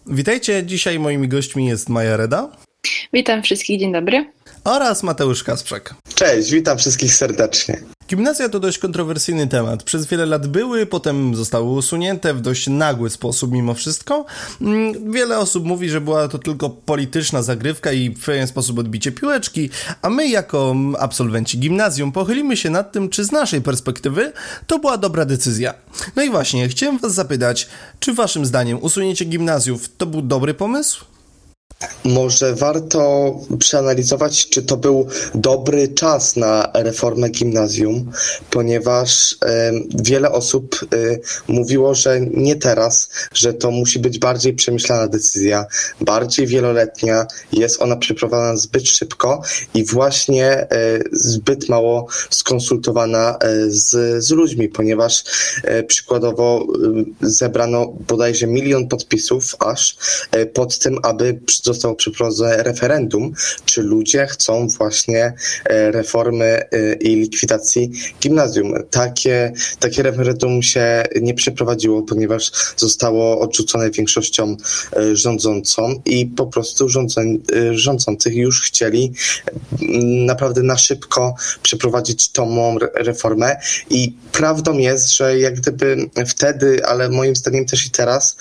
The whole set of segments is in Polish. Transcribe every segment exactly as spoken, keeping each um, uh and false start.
Witajcie, dzisiaj moimi gośćmi jest Maja Reda. Witam wszystkich, dzień dobry. Oraz Mateusz Kasprzak. Cześć, witam wszystkich serdecznie. Gimnazja to dość kontrowersyjny temat. Przez wiele lat były, potem zostały usunięte w dość nagły sposób mimo wszystko. Wiele osób mówi, że była to tylko polityczna zagrywka i w pewien sposób odbicie piłeczki, a my jako absolwenci gimnazjum pochylimy się nad tym, czy z naszej perspektywy to była dobra decyzja. No i właśnie, chciałem was zapytać, czy waszym zdaniem usunięcie gimnazjów to był dobry pomysł? Może warto przeanalizować, czy to był dobry czas na reformę gimnazjum, ponieważ y, wiele osób y, mówiło, że nie teraz, że to musi być bardziej przemyślana decyzja, bardziej wieloletnia, jest ona przeprowadzana zbyt szybko i właśnie y, zbyt mało skonsultowana y, z, z ludźmi, ponieważ y, przykładowo y, zebrano bodajże milion podpisów aż y, pod tym, aby zostało przeprowadzone referendum, czy ludzie chcą właśnie reformy i likwidacji gimnazjum. Takie, takie referendum się nie przeprowadziło, ponieważ zostało odrzucone większością rządzącą i po prostu rządzą, rządzących już chcieli naprawdę na szybko przeprowadzić tą reformę i prawdą jest, że jak gdyby wtedy, ale moim zdaniem też i teraz,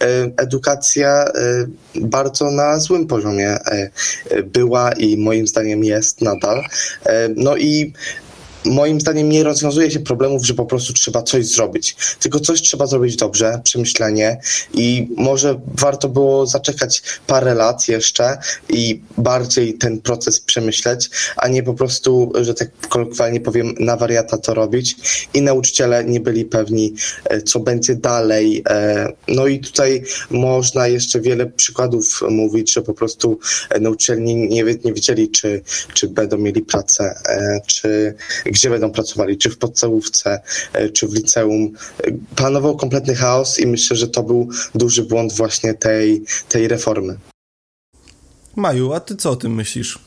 edukacja bardzo na złym poziomie była i moim zdaniem jest nadal. No i moim zdaniem nie rozwiązuje się problemów, że po prostu trzeba coś zrobić. Tylko coś trzeba zrobić dobrze, przemyślenie i może warto było zaczekać parę lat jeszcze i bardziej ten proces przemyśleć, a nie po prostu, że tak kolokwialnie powiem, na wariata to robić i nauczyciele nie byli pewni, co będzie dalej. No i tutaj można jeszcze wiele przykładów mówić, że po prostu nauczyciele nie, nie, nie wiedzieli, czy, czy będą mieli pracę, czy gdzie będą pracowali, czy w podstawówce, czy w liceum. Panował kompletny chaos i myślę, że to był duży błąd właśnie tej, tej reformy. Maju, a ty co o tym myślisz?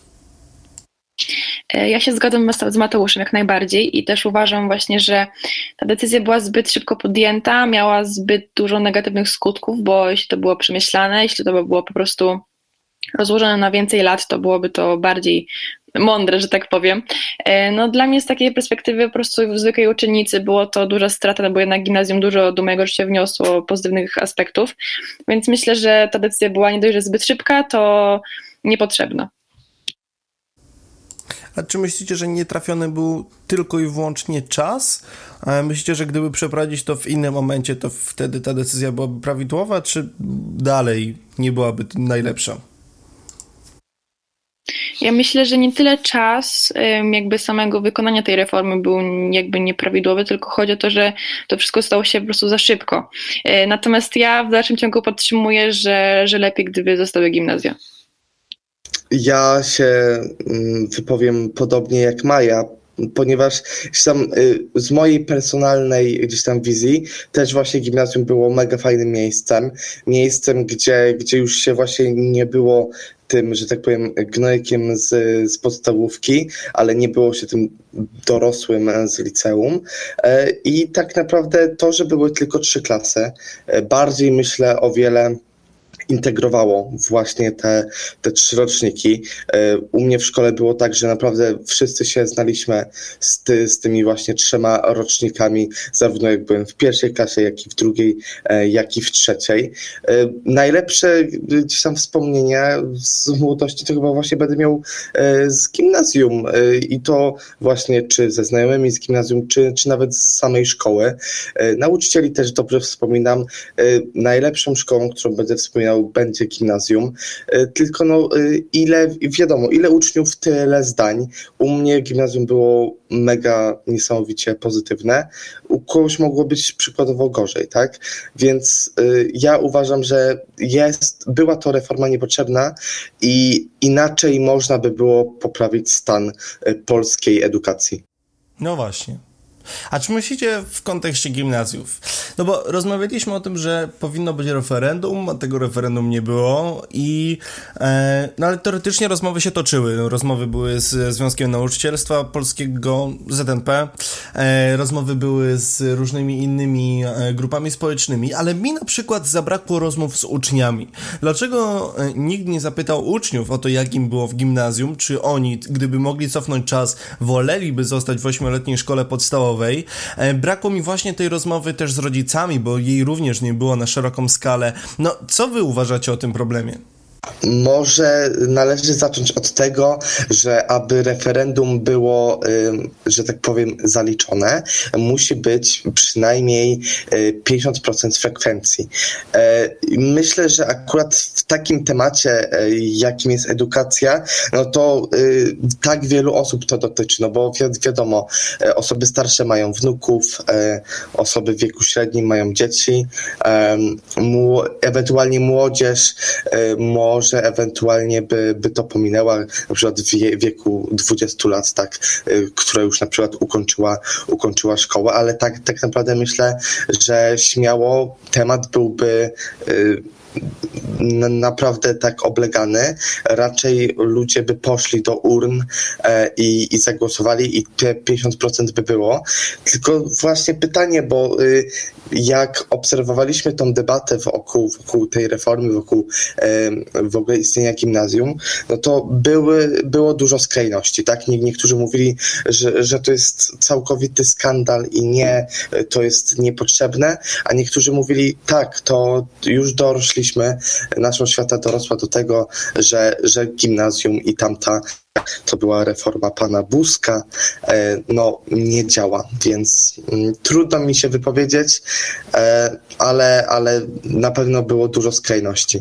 Ja się zgadzam z Mateuszem jak najbardziej i też uważam właśnie, że ta decyzja była zbyt szybko podjęta, miała zbyt dużo negatywnych skutków, bo jeśli to było przemyślane, jeśli to było po prostu rozłożone na więcej lat, to byłoby to bardziej mądre, że tak powiem. No dla mnie z takiej perspektywy po prostu w zwykłej uczennicy było to duża strata, no bo jednak gimnazjum dużo do mojego życia wniosło pozytywnych aspektów, więc myślę, że ta decyzja była nie dość, że zbyt szybka, to niepotrzebna. A czy myślicie, że nietrafiony był tylko i wyłącznie czas? A myślicie, że gdyby przeprowadzić to w innym momencie, to wtedy ta decyzja byłaby prawidłowa, czy dalej nie byłaby najlepsza? Ja myślę, że nie tyle czas jakby samego wykonania tej reformy był jakby nieprawidłowy, tylko chodzi o to, że to wszystko stało się po prostu za szybko. Natomiast ja w dalszym ciągu podtrzymuję, że, że lepiej, gdyby zostały gimnazja. Ja się wypowiem podobnie jak Maja, ponieważ tam z mojej personalnej gdzieś tam wizji też właśnie gimnazjum było mega fajnym miejscem, miejscem, gdzie, gdzie już się właśnie nie było tym, że tak powiem, gnojkiem z, z podstawówki, ale nie było się tym dorosłym z liceum. I tak naprawdę to, że były tylko trzy klasy, bardziej myślę o wiele integrowało właśnie te, te trzy roczniki. U mnie w szkole było tak, że naprawdę wszyscy się znaliśmy z, ty, z tymi właśnie trzema rocznikami, zarówno jak byłem w pierwszej klasie, jak i w drugiej, jak i w trzeciej. Najlepsze gdzieś tam wspomnienia z młodości to chyba właśnie będę miał z gimnazjum i to właśnie czy ze znajomymi z gimnazjum, czy, czy nawet z samej szkoły. Nauczycieli też dobrze wspominam. Najlepszą szkołą, którą będę wspominał, będzie gimnazjum, tylko no ile, wiadomo, ile uczniów, tyle zdań. U mnie gimnazjum było mega niesamowicie pozytywne, u kogoś mogło być przykładowo gorzej, tak? Więc y, ja uważam, że jest, była to reforma niepotrzebna i inaczej można by było poprawić stan y, polskiej edukacji. No właśnie. A czy myślicie w kontekście gimnazjów? No bo rozmawialiśmy o tym, że powinno być referendum, a tego referendum nie było i e, no ale teoretycznie rozmowy się toczyły. Rozmowy były z Związkiem Nauczycielstwa Polskiego, Z N P, e, rozmowy były z różnymi innymi e, grupami społecznymi, ale mi na przykład zabrakło rozmów z uczniami. Dlaczego e, nikt nie zapytał uczniów o to, jak im było w gimnazjum, czy oni, gdyby mogli cofnąć czas, woleliby zostać w ośmioletniej szkole podstawowej? E, brakło mi właśnie tej rozmowy też z rodzicami, bo jej również nie było na szeroką skalę. No, co wy uważacie o tym problemie? Może należy zacząć od tego, że aby referendum było, że tak powiem, zaliczone, musi być przynajmniej pięćdziesiąt procent frekwencji. Myślę, że akurat w takim temacie, jakim jest edukacja, no to tak wielu osób to dotyczy, no bo wi- wiadomo, osoby starsze mają wnuków, osoby w wieku średnim mają dzieci, mu, ewentualnie młodzież może może ewentualnie by, by to pominęła, na przykład w wie, wieku dwudziestu lat, tak, y, która już na przykład ukończyła, ukończyła szkołę, ale tak, tak naprawdę myślę, że śmiało temat byłby y, na, naprawdę tak oblegany. Raczej ludzie by poszli do urn e, i, i zagłosowali i pięćdziesiąt procent by było. Tylko właśnie pytanie, bo y, jak obserwowaliśmy tą debatę wokół, wokół tej reformy, wokół e, w ogóle istnienia gimnazjum, no to były, było dużo skrajności, tak? Nie, niektórzy mówili, że, że to jest całkowity skandal i nie, to jest niepotrzebne, a niektórzy mówili, tak, to już dorośliśmy, nasza świata dorosła do tego, że, że gimnazjum i tamta to była reforma pana Buzka, no nie działa, więc trudno mi się wypowiedzieć, ale, ale na pewno było dużo skrajności.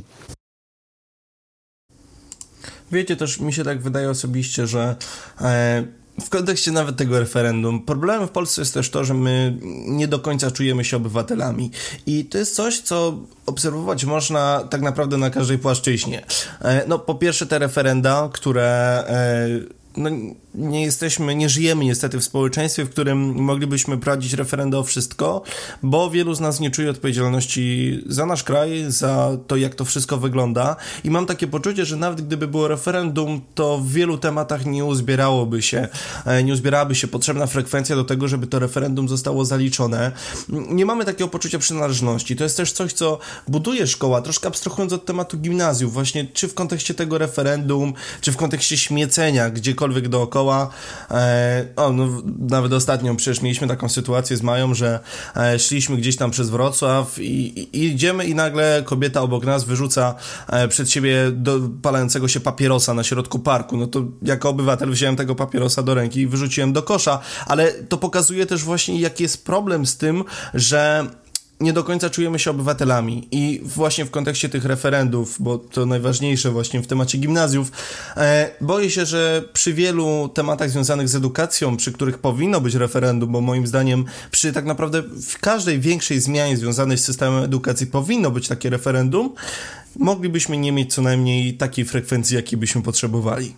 Wiecie, też mi się tak wydaje osobiście, że e, w kontekście nawet tego referendum problemem w Polsce jest też to, że my nie do końca czujemy się obywatelami i to jest coś, co obserwować można tak naprawdę na każdej płaszczyźnie. E, no po pierwsze te referenda, które e, no, nie jesteśmy, nie żyjemy niestety w społeczeństwie, w którym moglibyśmy prowadzić referenda o wszystko, bo wielu z nas nie czuje odpowiedzialności za nasz kraj, za to, jak to wszystko wygląda i mam takie poczucie, że nawet gdyby było referendum, to w wielu tematach nie uzbierałoby się, nie uzbierałaby się potrzebna frekwencja do tego, żeby to referendum zostało zaliczone. Nie mamy takiego poczucia przynależności. To jest też coś, co buduje szkoła, troszkę abstrahując od tematu gimnazjum, właśnie czy w kontekście tego referendum, czy w kontekście śmiecenia, gdziekolwiek dookoła. E, o, no, nawet ostatnio przecież mieliśmy taką sytuację z Mają, że e, szliśmy gdzieś tam przez Wrocław i, i, i idziemy i nagle kobieta obok nas wyrzuca e, przed siebie do palającego się papierosa na środku parku. No to jako obywatel wziąłem tego papierosa do ręki i wyrzuciłem do kosza, ale to pokazuje też właśnie, jaki jest problem z tym, że nie do końca czujemy się obywatelami i właśnie w kontekście tych referendów, bo to najważniejsze właśnie w temacie gimnazjów, e, boję się, że przy wielu tematach związanych z edukacją, przy których powinno być referendum, bo moim zdaniem przy tak naprawdę w każdej większej zmianie związanej z systemem edukacji powinno być takie referendum, moglibyśmy nie mieć co najmniej takiej frekwencji, jakiej byśmy potrzebowali.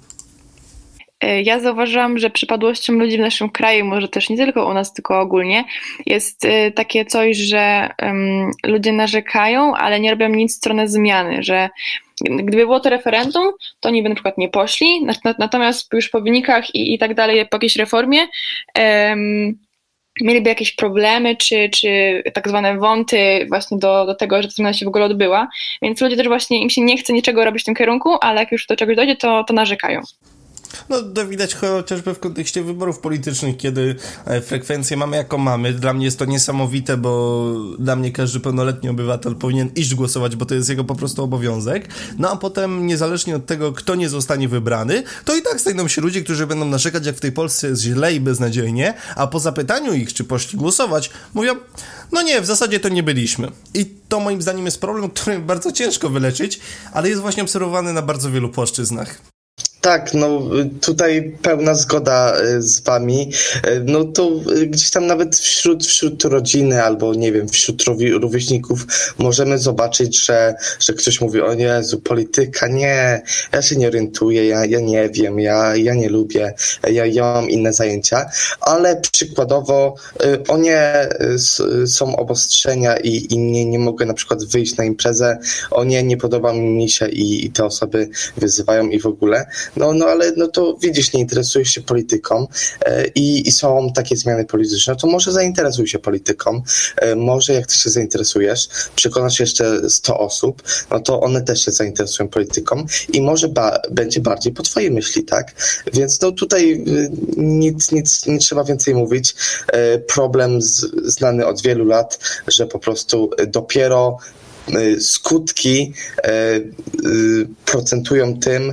Ja zauważyłam, że przypadłością ludzi w naszym kraju, może też nie tylko u nas, tylko ogólnie, jest takie coś, że um, ludzie narzekają, ale nie robią nic w stronę zmiany, że gdyby było to referendum, to oni by na przykład nie poszli, natomiast już po wynikach i, i tak dalej, po jakiejś reformie um, mieliby jakieś problemy, czy, czy tak zwane wąty właśnie do, do tego, że ta zmiana się w ogóle odbyła, więc ludzie też właśnie, im się nie chce niczego robić w tym kierunku, ale jak już do czegoś dojdzie, to, to narzekają. No to widać chociażby w kontekście wyborów politycznych, kiedy frekwencję mamy jaką mamy. Dla mnie jest to niesamowite, bo dla mnie każdy pełnoletni obywatel powinien iść głosować, bo to jest jego po prostu obowiązek. No a potem niezależnie od tego, kto nie zostanie wybrany, to i tak znajdą się ludzie, którzy będą narzekać, jak w tej Polsce jest źle i beznadziejnie, a po zapytaniu ich, czy poszli głosować, mówią, no nie, w zasadzie to nie byliśmy. I to moim zdaniem jest problem, który bardzo ciężko wyleczyć, ale jest właśnie obserwowany na bardzo wielu płaszczyznach. Tak, no tutaj pełna zgoda z wami. No to gdzieś tam nawet wśród, wśród rodziny albo nie wiem, wśród rówieśników możemy zobaczyć, że, że ktoś mówi: o Jezu, polityka, nie, ja się nie orientuję, ja, ja nie wiem, ja, ja nie lubię, ja, ja mam inne zajęcia, ale przykładowo o nie, są obostrzenia i, i nie, nie mogę na przykład wyjść na imprezę, o nie, nie podoba mi się i, i te osoby wyzywają i w ogóle. No, no ale no to widzisz, nie interesujesz się polityką e, i, i są takie zmiany polityczne, to może zainteresuj się polityką, e, może jak ty się zainteresujesz, przekonasz jeszcze sto osób, no to one też się zainteresują polityką i może ba- będzie bardziej po twojej myśli, tak? Więc no tutaj y, nic, nic nie trzeba więcej mówić. E, problem z, znany od wielu lat, że po prostu dopiero skutki procentują tym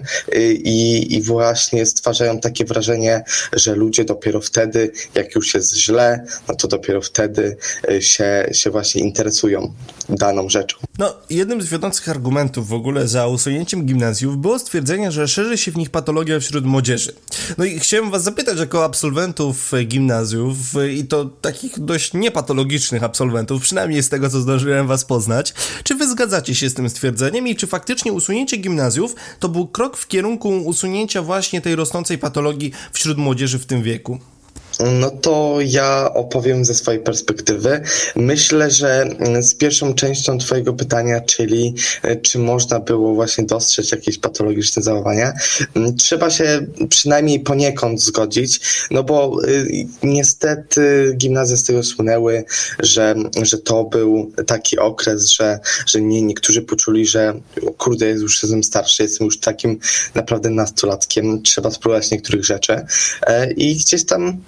i, i właśnie stwarzają takie wrażenie, że ludzie dopiero wtedy, jak już jest źle, no to dopiero wtedy się, się właśnie interesują daną rzeczą. No, jednym z wiodących argumentów w ogóle za usunięciem gimnazjów było stwierdzenie, że szerzy się w nich patologia wśród młodzieży. No i chciałem was zapytać jako absolwentów gimnazjów i to takich dość niepatologicznych absolwentów, przynajmniej z tego, co zdążyłem was poznać, czy wy zgadzacie się z tym stwierdzeniem i czy faktycznie usunięcie gimnazjów to był krok w kierunku usunięcia właśnie tej rosnącej patologii wśród młodzieży w tym wieku? No to ja opowiem ze swojej perspektywy. Myślę, że z pierwszą częścią twojego pytania, czyli czy można było właśnie dostrzec jakieś patologiczne zachowania, trzeba się przynajmniej poniekąd zgodzić, no bo y, niestety gimnazja z tego słynęły, że, że to był taki okres, że, że nie, niektórzy poczuli, że o kurde, już jestem starszy, jestem już takim naprawdę nastolatkiem, trzeba spróbować niektórych rzeczy e, i gdzieś tam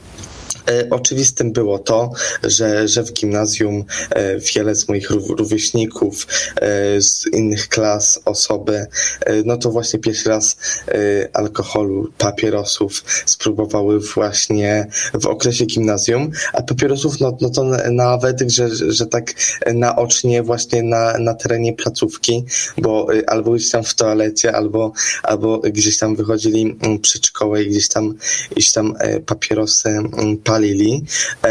oczywistym było to, że, że w gimnazjum wiele z moich rówieśników z innych klas, osoby, no to właśnie pierwszy raz alkoholu, papierosów spróbowały właśnie w okresie gimnazjum, a papierosów no, no to nawet, że, że tak naocznie właśnie na, na terenie placówki, bo albo gdzieś tam w toalecie, albo, albo gdzieś tam wychodzili przed szkołę i gdzieś tam, gdzieś tam papierosy palili.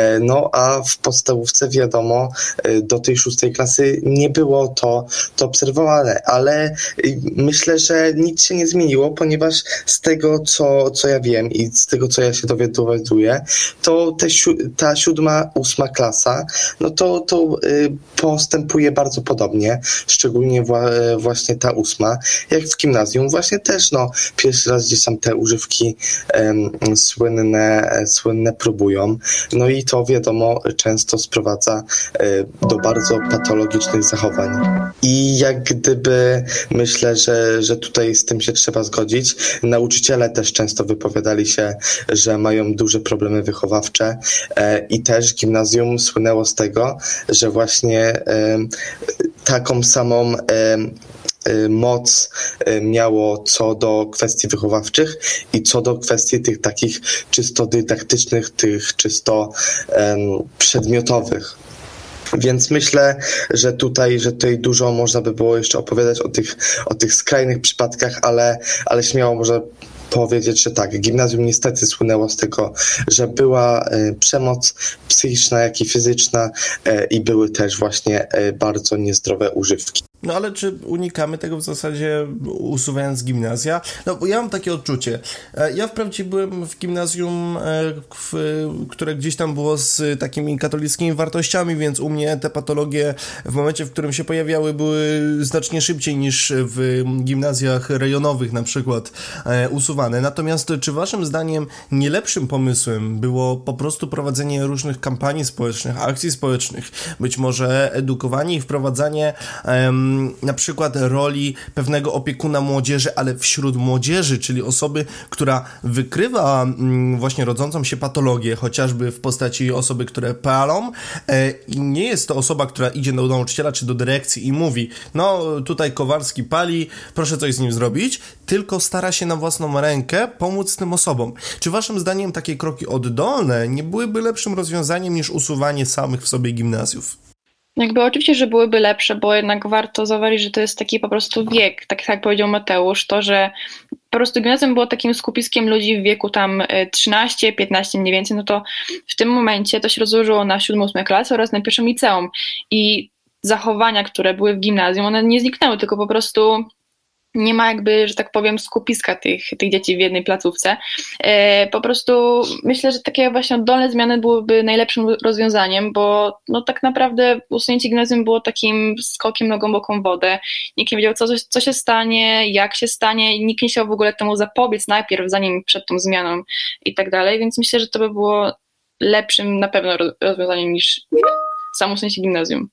No a w podstawówce wiadomo, do tej szóstej klasy nie było to, to obserwowane, ale myślę, że nic się nie zmieniło, ponieważ z tego, co, co ja wiem i z tego, co ja się dowiaduję, to te, ta siódma, ósma klasa, no to, to postępuje bardzo podobnie, szczególnie wła, właśnie ta ósma, jak w gimnazjum, właśnie też no pierwszy raz gdzieś tam te używki um, słynne, słynne próbują. No i to wiadomo często sprowadza y, do bardzo patologicznych zachowań. I jak gdyby myślę, że, że tutaj z tym się trzeba zgodzić. Nauczyciele też często wypowiadali się, że mają duże problemy wychowawcze y, i też gimnazjum słynęło z tego, że właśnie y, taką samą y, moc miało co do kwestii wychowawczych i co do kwestii tych takich czysto dydaktycznych, tych czysto um, przedmiotowych. Więc myślę, że tutaj, że tutaj dużo można by było jeszcze opowiadać o tych, o tych skrajnych przypadkach, ale, ale śmiało można powiedzieć, że tak, gimnazjum niestety słynęło z tego, że była e, przemoc psychiczna, jak i fizyczna e, i były też właśnie e, bardzo niezdrowe używki. No ale czy unikamy tego w zasadzie usuwając gimnazja? No bo ja mam takie odczucie. Ja wprawdzie byłem w gimnazjum, w, które gdzieś tam było z takimi katolickimi wartościami, więc u mnie te patologie w momencie, w którym się pojawiały, były znacznie szybciej niż w gimnazjach rejonowych na przykład usuwane. Natomiast czy waszym zdaniem nie lepszym pomysłem było po prostu prowadzenie różnych kampanii społecznych, akcji społecznych, być może edukowanie i wprowadzanie um, na przykład roli pewnego opiekuna młodzieży, ale wśród młodzieży, czyli osoby, która wykrywa mm, właśnie rodzącą się patologię, chociażby w postaci osoby, które palą e, i nie jest to osoba, która idzie do nauczyciela czy do dyrekcji i mówi, no tutaj Kowalski pali, proszę coś z nim zrobić, tylko stara się na własną rękę pomóc tym osobom. Czy waszym zdaniem takie kroki oddolne nie byłyby lepszym rozwiązaniem niż usuwanie samych w sobie gimnazjów? Jakby oczywiście, że byłyby lepsze, bo jednak warto zauważyć, że to jest taki po prostu wiek, tak jak powiedział Mateusz, to, że po prostu gimnazjum było takim skupiskiem ludzi w wieku tam trzynaście piętnaście mniej więcej, no to w tym momencie to się rozłożyło na siódmą, ósmą klasę oraz na pierwszym liceum i zachowania, które były w gimnazjum, one nie zniknęły, tylko po prostu nie ma jakby, że tak powiem, skupiska tych, tych dzieci w jednej placówce. E, po prostu myślę, że takie właśnie oddolne zmiany byłyby najlepszym rozwiązaniem, bo no tak naprawdę usunięcie gimnazjum było takim skokiem na głęboką wodę. Nikt nie wiedział, co, co się stanie, jak się stanie, nikt nie chciał w ogóle temu zapobiec najpierw, zanim przed tą zmianą i tak dalej, więc myślę, że to by było lepszym na pewno rozwiązaniem niż samo usunięcie gimnazjum.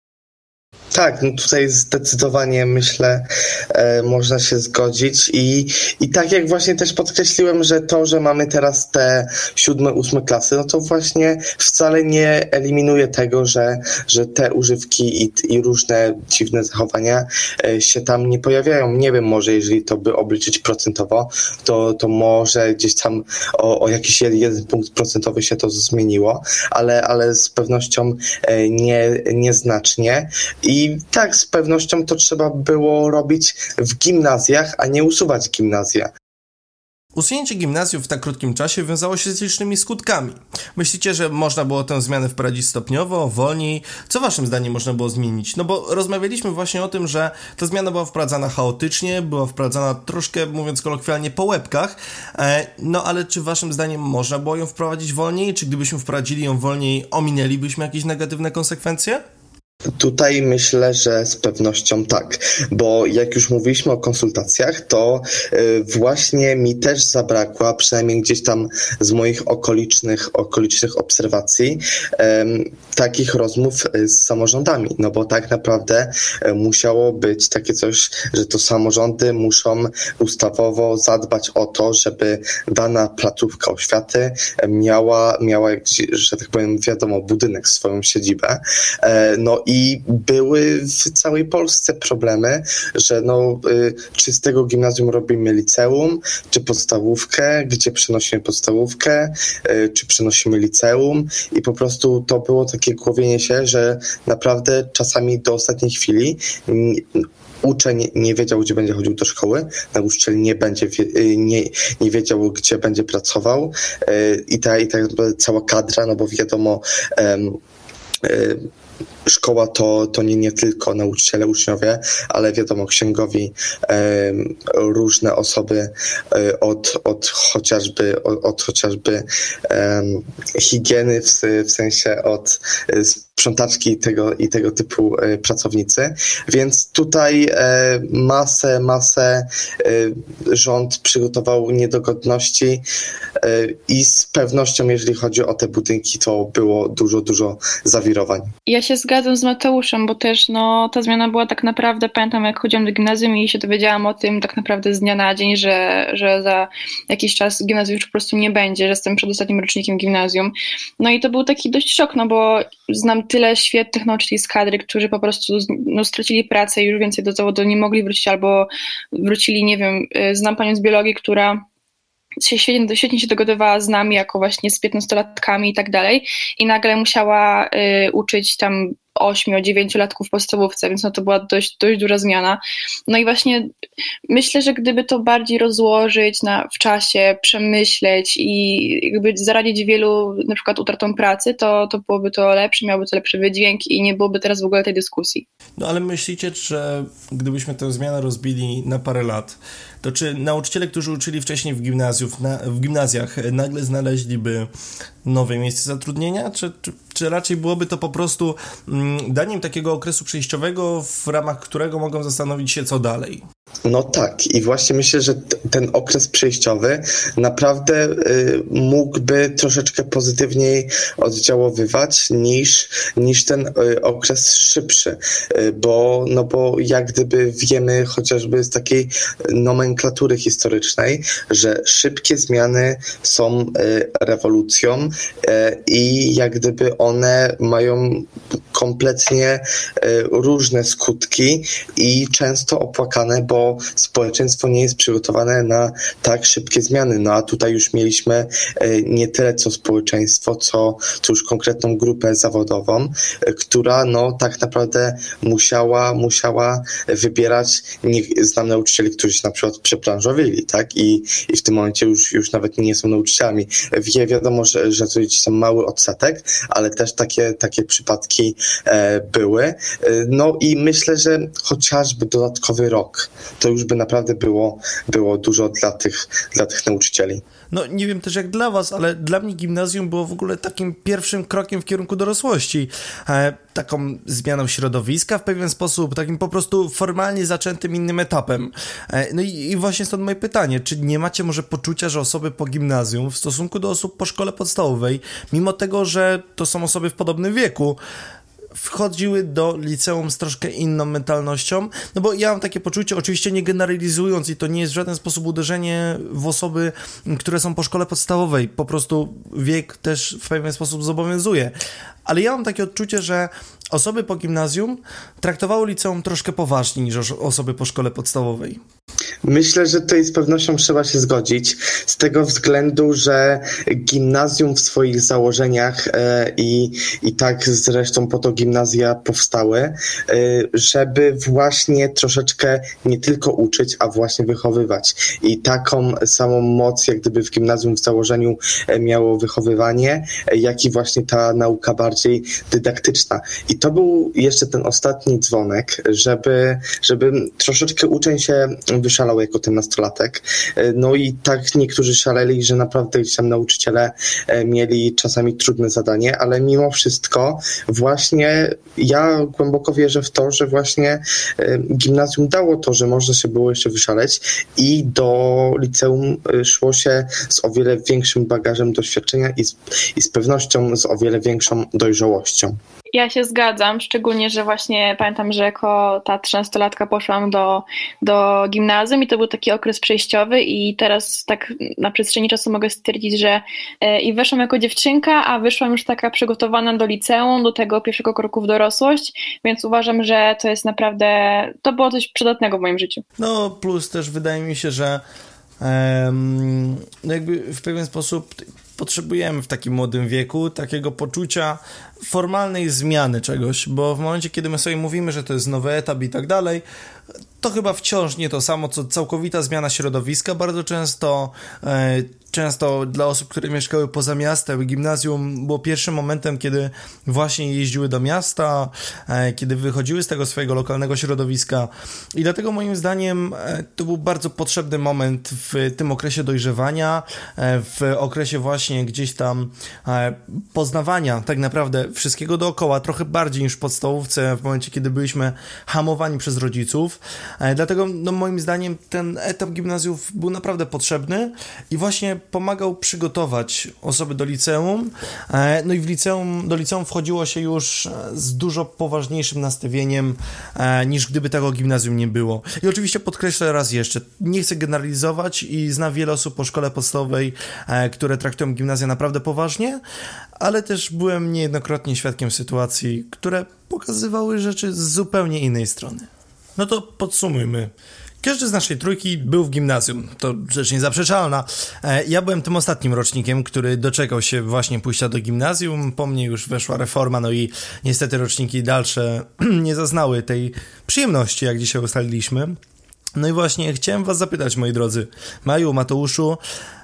Tak, no tutaj zdecydowanie myślę, e, można się zgodzić i, i tak jak właśnie też podkreśliłem, że to, że mamy teraz te siódme, ósme klasy, no to właśnie wcale nie eliminuje tego, że, że te używki i, i różne dziwne zachowania e, się tam nie pojawiają. Nie wiem, może jeżeli to by obliczyć procentowo, to, to może gdzieś tam o, o jakiś jeden punkt procentowy się to zmieniło, ale, ale z pewnością e, nie, nieznacznie. I tak, z pewnością to trzeba było robić w gimnazjach, a nie usuwać gimnazja. Usunięcie gimnazjów w tak krótkim czasie wiązało się z licznymi skutkami. Myślicie, że można było tę zmianę wprowadzić stopniowo, wolniej? Co waszym zdaniem można było zmienić? No bo rozmawialiśmy właśnie o tym, że ta zmiana była wprowadzana chaotycznie, była wprowadzana troszkę, mówiąc kolokwialnie, po łebkach. No ale czy waszym zdaniem można było ją wprowadzić wolniej? Czy gdybyśmy wprowadzili ją wolniej, ominęlibyśmy jakieś negatywne konsekwencje? Tutaj myślę, że z pewnością tak, bo jak już mówiliśmy o konsultacjach, to y, właśnie mi też zabrakło, przynajmniej gdzieś tam z moich okolicznych, okolicznych obserwacji, y, takich rozmów z samorządami, no bo tak naprawdę y, musiało być takie coś, że to samorządy muszą ustawowo zadbać o to, żeby dana placówka oświaty miała, miała, że tak powiem, wiadomo, budynek, swoją siedzibę, y, no i były w całej Polsce problemy, że no, y, czy z tego gimnazjum robimy liceum, czy podstawówkę, gdzie przenosimy podstawówkę, y, czy przenosimy liceum i po prostu to było takie głowienie się, że naprawdę czasami do ostatniej chwili y, uczeń nie wiedział, gdzie będzie chodził do szkoły, nauczyciel nie będzie, nie, nie wiedział, gdzie będzie pracował y, i ta, i ta cała kadra, no bo wiadomo, y, y, szkoła to, to nie, nie tylko nauczyciele, uczniowie, ale wiadomo, księgowi, e, różne osoby e, od, od chociażby, od, od chociażby e, higieny, w, w sensie od e, sprzątaczki i tego, i tego typu e, pracownicy. Więc tutaj e, masę, masę e, rząd przygotował niedogodności e, i z pewnością, jeżeli chodzi o te budynki, to było dużo, dużo zawirowań. Ja się zgadzam z Mateuszem, bo też no, ta zmiana była tak naprawdę, pamiętam jak chodziłam do gimnazjum i się dowiedziałam o tym tak naprawdę z dnia na dzień, że, że za jakiś czas gimnazjum już po prostu nie będzie, że jestem przedostatnim rocznikiem gimnazjum. No i to był taki dość szok, no bo znam tyle świetnych nauczycieli z kadry, którzy po prostu no, stracili pracę i już więcej do zawodu nie mogli wrócić albo wrócili, nie wiem, znam panią z biologii, która się świetnie, świetnie się dogadywała z nami jako właśnie z piętnastolatkami i tak dalej i nagle musiała y, uczyć tam ośmiu, dziewięciolatków w podstawówce, więc no to była dość, dość duża zmiana. No i właśnie myślę, że gdyby to bardziej rozłożyć na, w czasie, przemyśleć i jakby zaradzić wielu na przykład utratom pracy, to, to byłoby to lepsze, miałoby to lepszy wydźwięk i nie byłoby teraz w ogóle tej dyskusji. No ale myślicie, że gdybyśmy tę zmianę rozbili na parę lat, to czy nauczyciele, którzy uczyli wcześniej w, gimnazjów, na, w gimnazjach nagle znaleźliby nowe miejsce zatrudnienia, czy, czy, czy raczej byłoby to po prostu mm, daniem takiego okresu przejściowego, w ramach którego mogą zastanowić się, co dalej? No tak i właśnie myślę, że t- ten okres przejściowy naprawdę y, mógłby troszeczkę pozytywniej oddziaływać niż, niż ten y, okres szybszy, y, bo, no bo jak gdyby wiemy chociażby z takiej nomenklatury historycznej, że szybkie zmiany są y, rewolucją y, i jak gdyby one mają kompletnie y, różne skutki i często opłakane, bo bo społeczeństwo nie jest przygotowane na tak szybkie zmiany. No a tutaj już mieliśmy nie tyle co społeczeństwo, co, co już konkretną grupę zawodową, która no tak naprawdę musiała, musiała wybierać, nie, znam nauczycieli, którzy się na przykład przebranżowili, tak? I, i w tym momencie już, już nawet nie są nauczycielami. Wie, wiadomo, że, że to są mały odsetek, ale też takie, takie przypadki e, były. E, no i myślę, że chociażby dodatkowy rok, to już by naprawdę było, było dużo dla tych, dla tych nauczycieli. No nie wiem też jak dla was, ale dla mnie gimnazjum było w ogóle takim pierwszym krokiem w kierunku dorosłości. E, taką zmianą środowiska w pewien sposób, takim po prostu formalnie zaczętym innym etapem. E, no i, i właśnie stąd moje pytanie, czy nie macie może poczucia, że osoby po gimnazjum w stosunku do osób po szkole podstawowej, mimo tego, że to są osoby w podobnym wieku, wchodziły do liceum z troszkę inną mentalnością, no bo ja mam takie poczucie, oczywiście nie generalizując i to nie jest w żaden sposób uderzenie w osoby, które są po szkole podstawowej, po prostu wiek też w pewien sposób zobowiązuje, ale ja mam takie odczucie, że osoby po gimnazjum traktowały liceum troszkę poważniej niż osoby po szkole podstawowej. Myślę, że tutaj z pewnością trzeba się zgodzić, z tego względu, że gimnazjum w swoich założeniach e, i, i tak zresztą po to gimnazja powstały, e, żeby właśnie troszeczkę nie tylko uczyć, a właśnie wychowywać. I taką samą moc, jak gdyby w gimnazjum w założeniu e, miało wychowywanie, e, jak i właśnie ta nauka bardziej dydaktyczna. I to był jeszcze ten ostatni dzwonek, żeby, żeby troszeczkę uczeń się wyszalał jako ten nastolatek. No i tak niektórzy szaleli, że naprawdę gdzieś tam nauczyciele mieli czasami trudne zadanie, ale mimo wszystko właśnie ja głęboko wierzę w to, że właśnie gimnazjum dało to, że można się było jeszcze wyszaleć i do liceum szło się z o wiele większym bagażem doświadczenia i z, i z pewnością z o wiele większą dojrzałością. Ja się zgadzam, szczególnie, że właśnie pamiętam, że jako ta trzynastolatka poszłam do, do gimnazjum i to był taki okres przejściowy i teraz tak na przestrzeni czasu mogę stwierdzić, że e, i weszłam jako dziewczynka, a wyszłam już taka przygotowana do liceum, do tego pierwszego kroku w dorosłość, więc uważam, że to jest naprawdę, to było coś przydatnego w moim życiu. No plus też wydaje mi się, że um, jakby w pewien sposób potrzebujemy w takim młodym wieku takiego poczucia formalnej zmiany czegoś, bo w momencie, kiedy my sobie mówimy, że to jest nowy etap i tak dalej, to chyba wciąż nie to samo, co całkowita zmiana środowiska. Bardzo często e, często dla osób, które mieszkały poza miastem, gimnazjum było pierwszym momentem, kiedy właśnie jeździły do miasta, e, kiedy wychodziły z tego swojego lokalnego środowiska i dlatego moim zdaniem e, to był bardzo potrzebny moment w tym okresie dojrzewania, e, w okresie właśnie gdzieś tam e, poznawania tak naprawdę wszystkiego dookoła, trochę bardziej niż w podstawówce, w momencie, kiedy byliśmy hamowani przez rodziców. E, dlatego no, moim zdaniem ten etap gimnazjów był naprawdę potrzebny i właśnie pomagał przygotować osoby do liceum. E, no i w liceum, do liceum wchodziło się już z dużo poważniejszym nastawieniem e, niż gdyby tego gimnazjum nie było. I oczywiście podkreślę raz jeszcze, nie chcę generalizować i znam wiele osób po szkole podstawowej, e, które traktują gimnazja naprawdę poważnie, ale też byłem niejednokrotnie świadkiem sytuacji, które pokazywały rzeczy z zupełnie innej strony. No to podsumujmy. Każdy z naszej trójki był w gimnazjum, to rzecz niezaprzeczalna. Ja byłem tym ostatnim rocznikiem, który doczekał się właśnie pójścia do gimnazjum, po mnie już weszła reforma, no i niestety roczniki dalsze nie zaznały tej przyjemności, jak dzisiaj ustaliliśmy. No i właśnie chciałem was zapytać, moi drodzy, Maju, Mateuszu,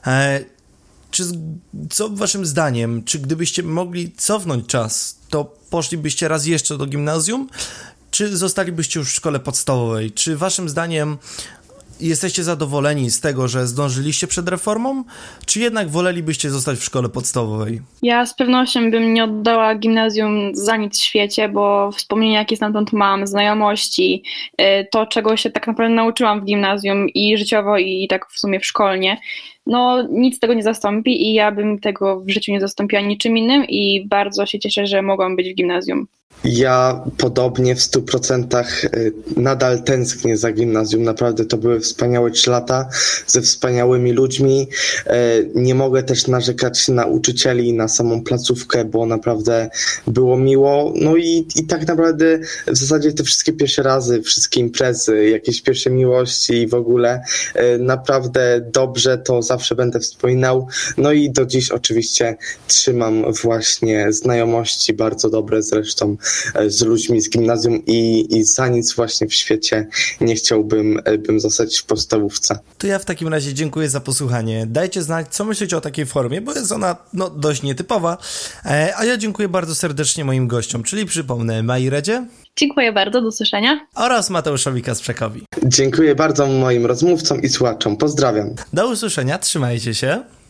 czy, co waszym zdaniem, czy gdybyście mogli cofnąć czas, to poszlibyście raz jeszcze do gimnazjum, czy zostalibyście już w szkole podstawowej? Czy waszym zdaniem jesteście zadowoleni z tego, że zdążyliście przed reformą, czy jednak wolelibyście zostać w szkole podstawowej? Ja z pewnością bym nie oddała gimnazjum za nic w świecie, bo wspomnienia, jakie stamtąd mam, znajomości, to, czego się tak naprawdę nauczyłam w gimnazjum i życiowo, i tak w sumie w szkolnie, no nic tego nie zastąpi i ja bym tego w życiu nie zastąpiła niczym innym i bardzo się cieszę, że mogłam być w gimnazjum. Ja podobnie w stu procentach nadal tęsknię za gimnazjum. Naprawdę to były wspaniałe trzy lata ze wspaniałymi ludźmi. Nie mogę też narzekać na nauczycieli, na samą placówkę, bo naprawdę było miło. No i, i tak naprawdę w zasadzie te wszystkie pierwsze razy, wszystkie imprezy, jakieś pierwsze miłości i w ogóle naprawdę dobrze to zawsze będę wspominał. No i do dziś oczywiście trzymam właśnie znajomości bardzo dobre zresztą z ludźmi z gimnazjum i, i za nic właśnie w świecie nie chciałbym bym zostać w podstawówce. To ja w takim razie dziękuję za posłuchanie. Dajcie znać, co myślicie o takiej formie, bo jest ona no, dość nietypowa. E, a ja dziękuję bardzo serdecznie moim gościom, czyli przypomnę Mai Redzie. Dziękuję bardzo, do usłyszenia. Oraz Mateuszowi Kasprzekowi. Dziękuję bardzo moim rozmówcom i słuchaczom. Pozdrawiam. Do usłyszenia, trzymajcie się.